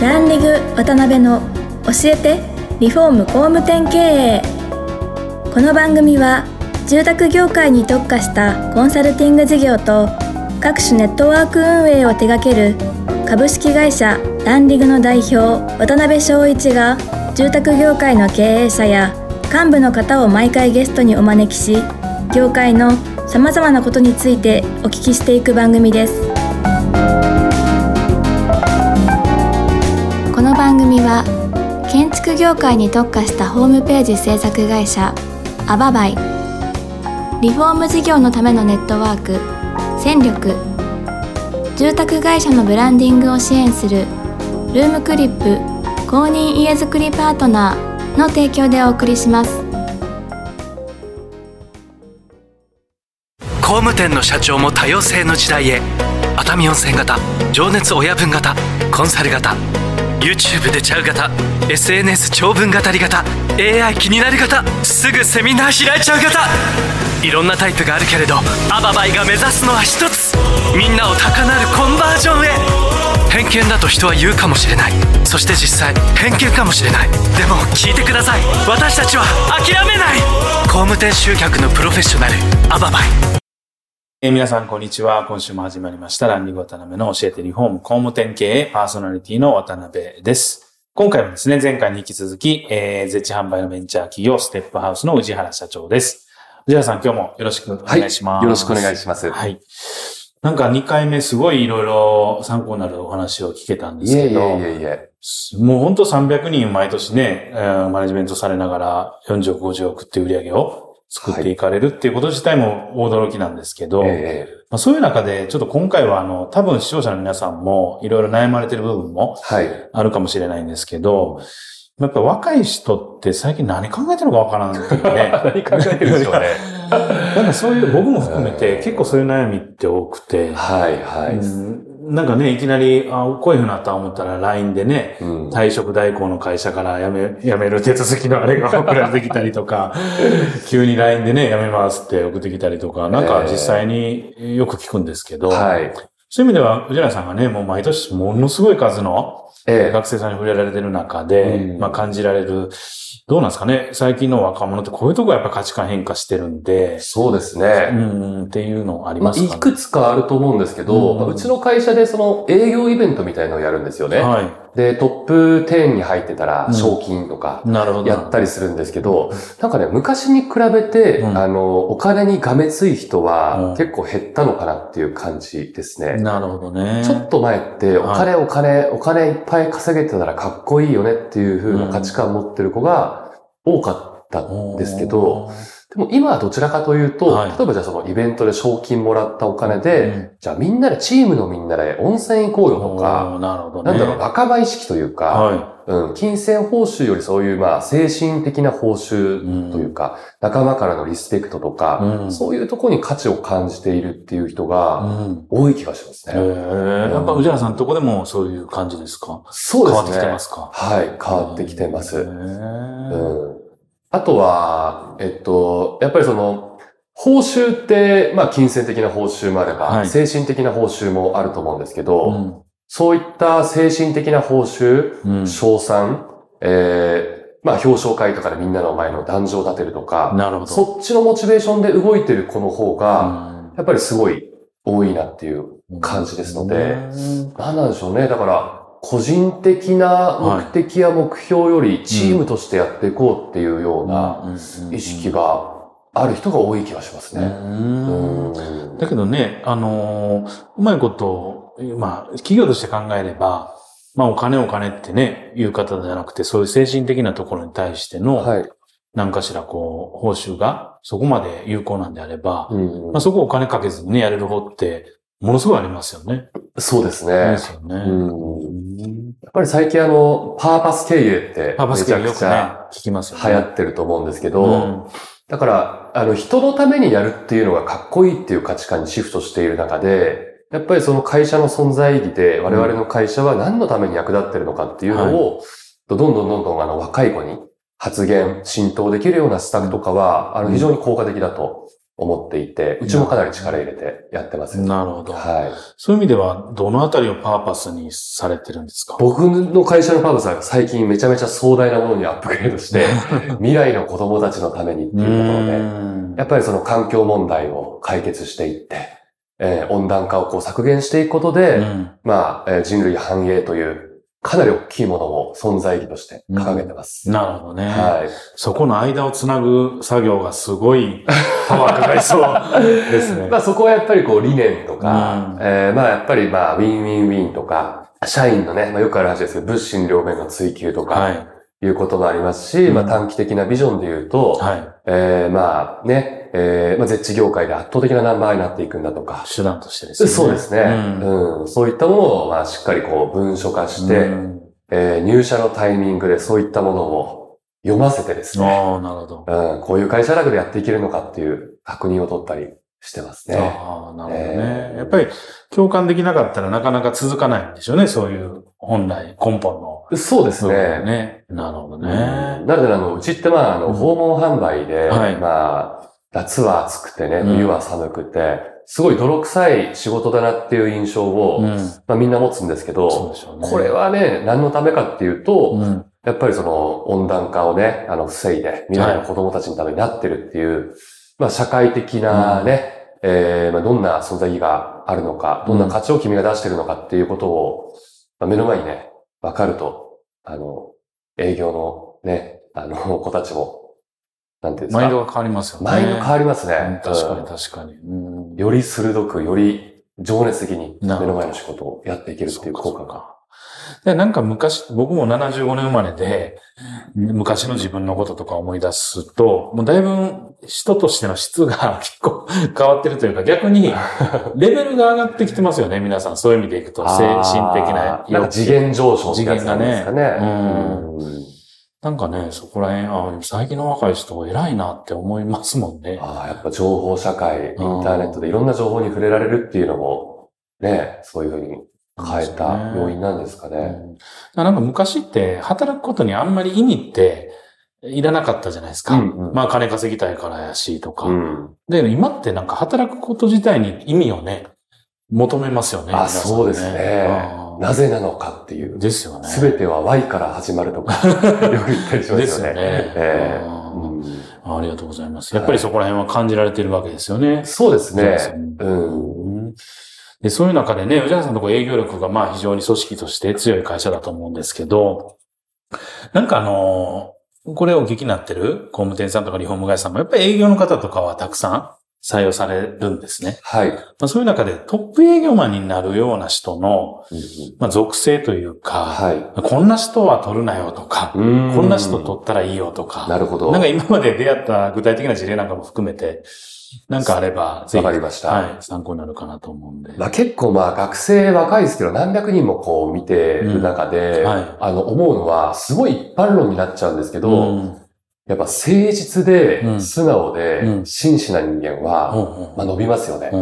ランリグ渡辺の教えてリフォーム工務店経営。この番組は住宅業界に特化したコンサルティング事業と各種ネットワーク運営を手掛ける株式会社ランリグの代表渡辺翔一が住宅業界の経営者や幹部の方を毎回ゲストにお招きし、業界のさまざまなことについてお聞きしていく番組です。この番組は建築業界に特化したホームページ制作会社アババイ、リフォーム事業のためのネットワーク戦力、住宅会社のブランディングを支援するルームクリップ公認家づくりパートナーの提供でお送りします。 工務店の社長も多様性の時代へ。熱海温泉型、情熱親分型、コンサル型、YouTube 出ちゃう型、 SNS 長文語り型、 AI 気になる型、すぐセミナー開いちゃう型、いろんなタイプがあるけれどアババイが目指すのは一つ、みんなを高鳴るコンバージョンへ。偏見だと人は言うかもしれない。そして実際偏見かもしれない。でも聞いてください、私たちは諦めない。工務店集客のプロフェッショナルアババイ。 皆さんこんにちは。今週も始まりましたランリング渡辺の教えてリフォーム工務店経営、パーソナリティの渡辺です。今回もですね、前回に引き続き、ゼチ販売のベンチャー企業ステップハウスの宇治原社長です。宇治原さん、今日もよろしくお願いします。 はい、よろしくお願いします。 はい。なんか2回目すごいいろいろ参考になるお話を聞けたんですけど、もうほんと300人毎年ね、マネジメントされながら40億50億っていう売り上げを作っていかれるっていうこと自体も驚きなんですけど、そういう中でちょっと今回は多分視聴者の皆さんもいろいろ悩まれてる部分もあるかもしれないんですけど、やっぱ若い人って最近何考えてるのかわからんっていうね。 何考えてるんでしょうね。 なんかそういう、僕も含めて結構そういう悩みって多くて、なんかね、いきなり、こういう風になったと思ったら LINE でね、退職代行の会社から辞める手続きのあれが送られてきたりとか、急に LINE でね、辞めますって送ってきたりとか、なんか実際によく聞くんですけど、そういう意味では、宇治原さんがね、もう毎年ものすごい数の学生さんに触れられてる中で、感じられる、どうなんですかね、最近の若者ってこういうところやっぱ価値観変化してるんで。 そうですね。 っていうのありますかね。 いくつかあると思うんですけど、うちの会社でその営業イベントみたいなのをやるんですよね。で、トップ10に入ってたら賞金とかやったりするんですけど、なんかね、昔に比べて、お金にがめつい人は結構減ったのかなっていう感じですね。 なるほどね。 ちょっと前ってお金いっぱい稼げてたらかっこいいよねっていう風な価値観を持ってる子が多かったんですけど、でも今はどちらかというと、例えばじゃあそのイベントで賞金もらったお金で、じゃあみんなで、チームのみんなで温泉行こうよとか、なんだろう、仲間意識というか、金銭報酬よりそういう精神的な報酬というか、仲間からのリスペクトとか、そういうところに価値を感じているっていう人が多い気がしますね。 やっぱ宇治原さんのとこでもそういう感じですか？ そうですね。 変わってきてますか？ はい、変わってきてます。あとは、やっぱりその、報酬って、金銭的な報酬もあれば、精神的な報酬もあると思うんですけど、そういった精神的な報酬、賞賛、表彰会とかでみんなの前の壇上を立てるとか、そっちのモチベーションで動いてる子の方が、やっぱりすごい多いなっていう感じですので、なんなんでしょうね。だから、個人的な目的や目標よりチームとしてやっていこうっていうような意識がある人が多い気がしますね。 だけどね、うまいこと、企業として考えれば、お金ってね、いう方じゃなくて、そういう精神的なところに対しての、何かしら報酬がそこまで有効なんであれば、そこをお金かけずにね、やれる方って、ものすごいありますよね。 そうですね。 ですよね。 やっぱり最近パーパス経営ってめちゃくちゃ聞きますよね。 流行ってると思うんですけど、だから人のためにやるっていうのがかっこいいっていう価値観にシフトしている中で、やっぱりその会社の存在意義で我々の会社は何のために役立ってるのかっていうのを、どんどん若い子に発言、浸透できるような施策とかは、非常に効果的だと思っていて、うちもかなり力入れてやってます。 なるほど。 はい。 そういう意味では、どのあたりをパーパスにされてるんですか？ 僕の会社のパーパスは最近めちゃめちゃ壮大なものにアップグレードして、未来の子供たちのためにっていうところで、やっぱりその環境問題を解決していって、温暖化をこう削減していくことで、人類繁栄という、かなり大きいものを存在意義として掲げてます。 なるほどね。 はい。 そこの間をつなぐ作業がすごいパワーかかりそうですね。 そこはやっぱりこう理念とか、やっぱりウィンウィンウィンとか、社員のね、よくある話ですけど、物心両面の追求とか、いうこともありますし、短期的なビジョンで言うと、絶地業界で圧倒的なナンバーになっていくんだとか。 手段としてですね。 そうですね。そういったものを、しっかりこう文書化して、入社のタイミングでそういったものを読ませてですね。 なるほど。 こういう会社だけでやっていけるのかっていう確認を取ったりしてますね。 なるほどね。やっぱり共感できなかったらなかなか続かないんでしょうね。そういう本来根本の。 そうですね。 なるほどね。 なのでうちって訪問販売で、夏は暑くてね、冬は寒くて、すごい泥臭い仕事だなっていう印象を、みんな持つんですけど、これはね、何のためかっていうと、やっぱりその温暖化をね、防いで、未来の子供たちのためになってるっていう、社会的なね、どんな存在意義があるのか、どんな価値を君が出してるのかっていうことを、目の前にね、わかると、営業のね、子たちも、なんていうんですか。 マインドが変わりますよね。 マインド変わりますね。 確かに確かに。 より鋭く、より情熱的に目の前の仕事をやっていけるっていう効果が。 で、なんか僕も75年生まれで、昔の自分のこととか思い出すと、もうだいぶ人としての質が結構変わってるというか、逆にレベルが上がってきてますよね、皆さん。そういう意味でいくと、精神的な。 なんか次元上昇ってやつなんですかね。 なんかね、そこら辺、最近の若い人偉いなって思いますもんね。 やっぱ情報社会、インターネットでいろんな情報に触れられるっていうのも、ね、そういうふうに変えた要因なんですかね。 なんか昔って働くことにあんまり意味っていらなかったじゃないですか。金稼ぎたいからやしとか。で、今ってなんか働くこと自体に意味をね、求めますよね。 そうですね。なぜなのかっていう。 ですよね。 すべては Y から始まるとか、よく言ったりしますよね。ですよね。 ありがとうございます。やっぱりそこら辺は感じられてるわけですよね。 そうですね。 で、そういう中でね、宇治原さんのとこ営業力が非常に組織として強い会社だと思うんですけど、なんかこれをお聞きになってる工務店さんとかリフォーム会社さんもやっぱり営業の方とかはたくさん採用されるんですね。 はい。 そういう中でトップ営業マンになるような人の、属性というか、こんな人は取るなよとか、こんな人取ったらいいよとか、 なるほど。 なんか今まで出会った具体的な事例なんかも含めて、なんかあれば、 ぜひ。わかりました。 参考になるかなと思うんで。 結構学生若いですけど、何百人もこう見てる中で、思うのは、すごい一般論になっちゃうんですけど、やっぱ誠実で、素直で、真摯な人間は、伸びますよね。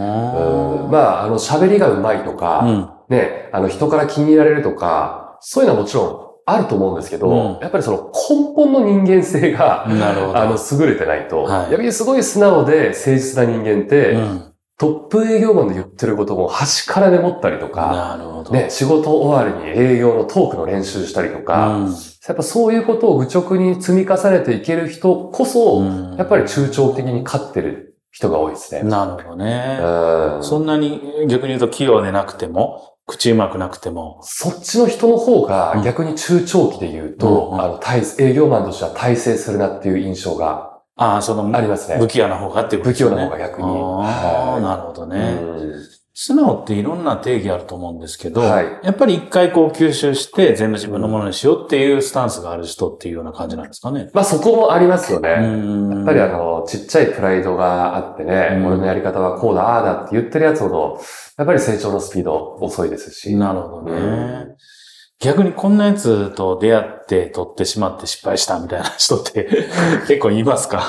喋りが上手いとか、ね、人から気に入られるとか、そういうのはもちろんあると思うんですけど、やっぱりその根本の人間性が、優れてないと、逆にすごい素直で誠実な人間って、トップ営業マンで言ってることも端からメモったりとか、ね、仕事終わりに営業のトークの練習したりとか、やっぱそういうことを愚直に積み重ねていける人こそ、やっぱり中長的に勝ってる人が多いですね。 なるほどね。そんなに逆に言うと器用でなくても、口うまくなくても。 そっちの人の方が逆に中長期で言うと、営業マンとしては大成するなっていう印象がありますね。 不器用な方がっていうことですね。 不器用な方が逆に。 なるほどね。素直っていろんな定義あると思うんですけど、やっぱり一回吸収して全部自分のものにしようっていうスタンスがある人っていうような感じなんですかね。 そこもありますよね。やっぱりちっちゃいプライドがあってね、俺のやり方はこうだ、ああだって言ってるやつほど、やっぱり成長のスピード遅いですし。 なるほどね。逆にこんなやつと出会って取ってしまって失敗したみたいな人って結構いますか？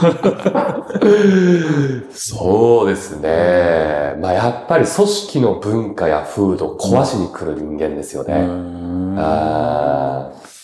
そうですね。やっぱり組織の文化や風土を壊しに来る人間ですよね。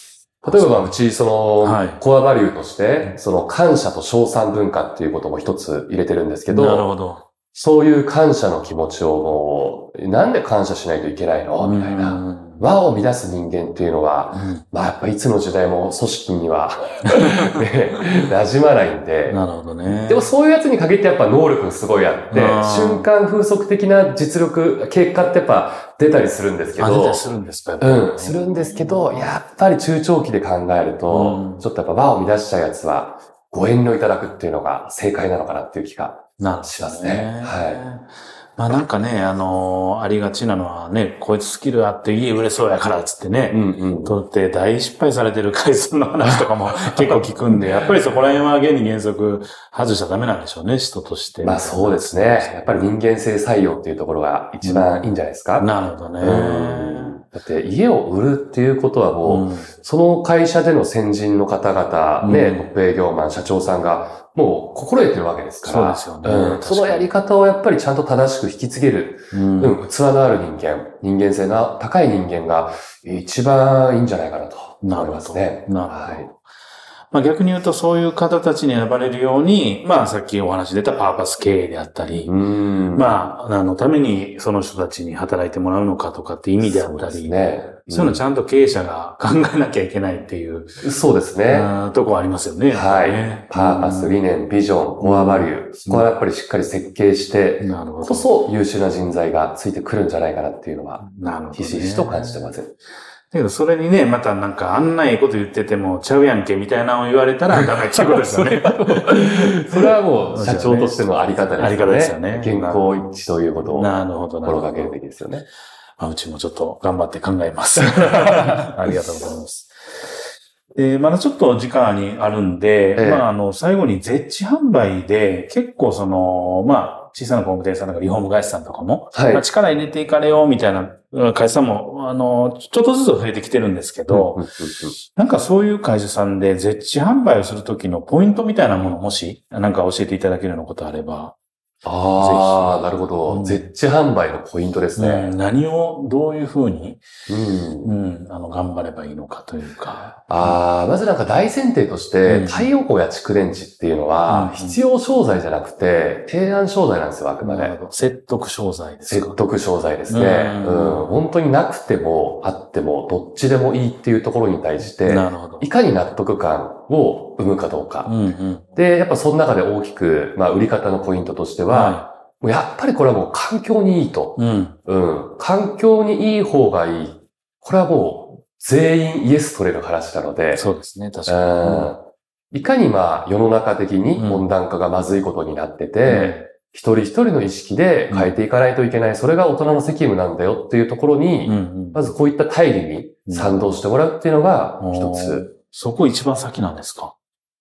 例えば、うち、コアバリューとして、感謝と称賛文化っていうことも一つ入れてるんですけど、 なるほど。 そういう感謝の気持ちをもう、なんで感謝しないといけないのみたいな。和を乱す人間っていうのは、やっぱいつの時代も組織には、ね、馴染まないんで。 なるほどね。 でもそういうやつに限ってやっぱ能力がすごいあって、瞬間風速的な実力、結果ってやっぱ出たりするんですけど。 出たりするんですか？ するんですけど、やっぱり中長期で考えると、ちょっとやっぱ和を乱しちゃうやつは、ご遠慮いただくっていうのが正解なのかなっていう気がしますね。はい。 なんかね、ありがちなのはね、こいつスキルあって家売れそうやからつってね、取って大失敗されてる回数の話とかも結構聞くんで、やっぱりそこら辺は原理原則外しちゃダメなんでしょうね、人として。 そうですね。やっぱり人間性採用っていうところが一番いいんじゃないですか。 なるほどね。 だって家を売るっていうことはもう、その会社での先人の方々、ね、トップ営業マン、社長さんがもう心得てるわけですから。 そうですよね。 そのやり方をやっぱりちゃんと正しく引き継げる、器のある人間性の高い人間が一番いいんじゃないかなと思いますね。 なるほど。逆に言うとそういう方たちに選ばれるように、さっきお話出たパーパス経営であったり、何のためにその人たちに働いてもらうのかとかって意味であったり、そういうのちゃんと経営者が考えなきゃいけないっていう。 そうですね。 とこありますよね。 はい。パーパス、理念、ビジョン、コアバリュー。そこはやっぱりしっかり設計して、こそ優秀な人材がついてくるんじゃないかなっていうのは、ひしひしと感じてます。 だけど、それにね、またなんかあんなええこと言っててもちゃうやんけみたいなのを言われたらダメっていうことですよね。 それはもう社長としてのあり方ですよね。 あり方ですよね。 健康一致ということを心がけるべきですよね。 うちもちょっと頑張って考えます。ありがとうございます。まだちょっと時間にあるんで、最後にゼッチ販売で結構小さな工務店さんとかリフォーム会社さんとかも、力入れていかれよみたいな会社さんも、ちょっとずつ増えてきてるんですけど、なんかそういう会社さんでゼッチ販売をするときのポイントみたいなものもし、なんか教えていただけるようなことあれば。 なるほど。ゼッチ販売のポイントですね。 何をどういうふうに、頑張ればいいのかというか。 まずなんか大前提として、太陽光や蓄電池っていうのは、必要商材じゃなくて、提案商材なんですよ、あくまで。 説得商材ですか。 説得商材ですね。本当になくても、あっても、どっちでもいいっていうところに対して、いかに納得感を生むかどうか。で、やっぱその中で大きく、売り方のポイントとしては、やっぱりこれはもう環境にいいと。環境にいい方がいい。これはもう全員イエス取れる話なので。 そうですね、確かに。いかに世の中的に温暖化がまずいことになってて、一人一人の意識で変えていかないといけない。それが大人の責務なんだよっていうところに、まずこういった大義に賛同してもらうっていうのが一つ。 そこ一番先なんですか？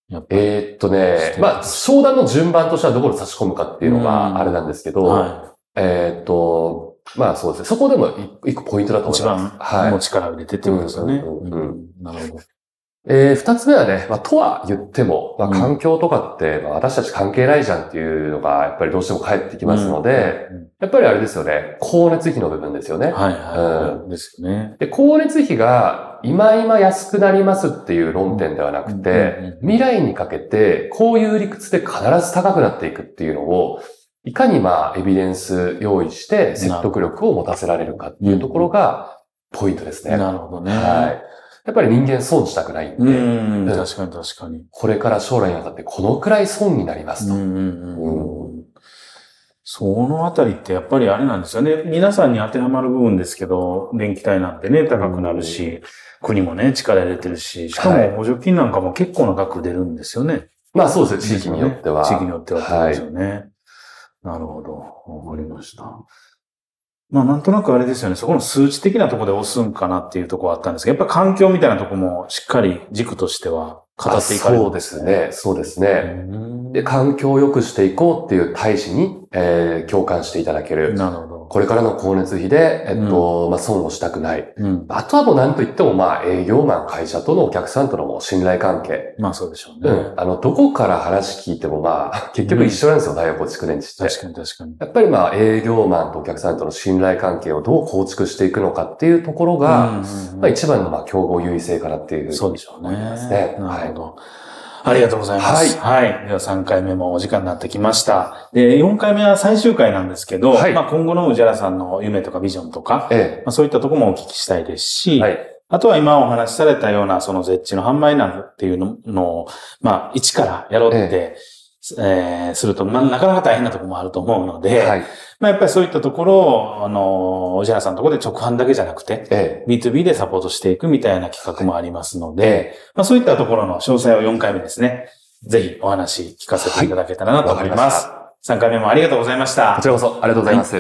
商談の順番としてはどこに差し込むかっていうのがあれなんですけど、そうですね。そこでも一個ポイントだと思います。 一番、力を入れてってことですよね。なるほど。 二つ目はね、とは言っても、環境とかって、私たち関係ないじゃんっていうのが、やっぱりどうしても返ってきますので、やっぱりあれですよね、光熱費の部分ですよね。 ですよね。 で、光熱費が今安くなりますっていう論点ではなくて、未来にかけて、こういう理屈で必ず高くなっていくっていうのを、いかにエビデンス用意して説得力を持たせられるかっていうところが、ポイントですね。 なるほどね。 やっぱり人間損したくないんで。 確かに確かに。 これから将来にわたってこのくらい損になりますと。 そのあたりってやっぱりあれなんですよね。皆さんに当てはまる部分ですけど、電気代なんてね、高くなるし、国もね、力入れてるし、しかも補助金なんかも結構な額出るんですよね。 そうですね、地域によっては。 地域によってはそうですよね。なるほど。わかりました。なんとなくあれですよね。そこの数値的なところで押すんかなっていうところはあったんですけど、やっぱ環境みたいなところもしっかり軸としては語っていかれる。 そうですね。そうですね。で、環境を良くしていこうっていう大使に共感していただける。 なるほど。 これからの光熱費で、損をしたくない。あとはもう何と言っても、営業マン、会社とのお客さんとのもう信頼関係。 そうでしょうね。 どこから話聞いても結局一緒なんですよ、大横築年地って。 確かに確かに。 やっぱり営業マンとお客さんとの信頼関係をどう構築していくのかっていうところが、一番の競合優位性かなっていうふうにそうでしょうね。 思いますね。 なるほど。ありがとうございます。はい。では3回目もお時間になってきました。で、4回目は最終回なんですけど、今後の宇治原さんの夢とかビジョンとか、そういったところもお聞きしたいですし、あとは今お話しされたようなその絶地の販売なんていうのを、一からやろうって、すると、なかなか大変なところもあると思うので、やっぱりそういったところを、宇治原さんのところで直販だけじゃなくて、B2B でサポートしていくみたいな企画もありますので、そういったところの詳細を4回目ですね、ぜひお話聞かせていただけたらなと思います。3回目もありがとうございました。 こちらこそありがとうございます。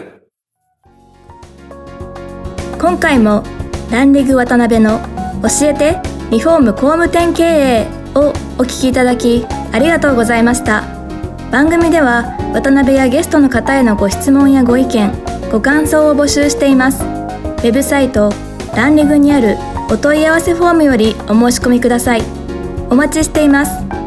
今回もランリグ渡辺の教えてリフォーム工務店経営をお聞きいただきありがとうございました。番組では渡辺やゲストの方へのご質問やご意見、ご感想を募集しています。ウェブサイトランリグにあるお問い合わせフォームよりお申し込みください。お待ちしています。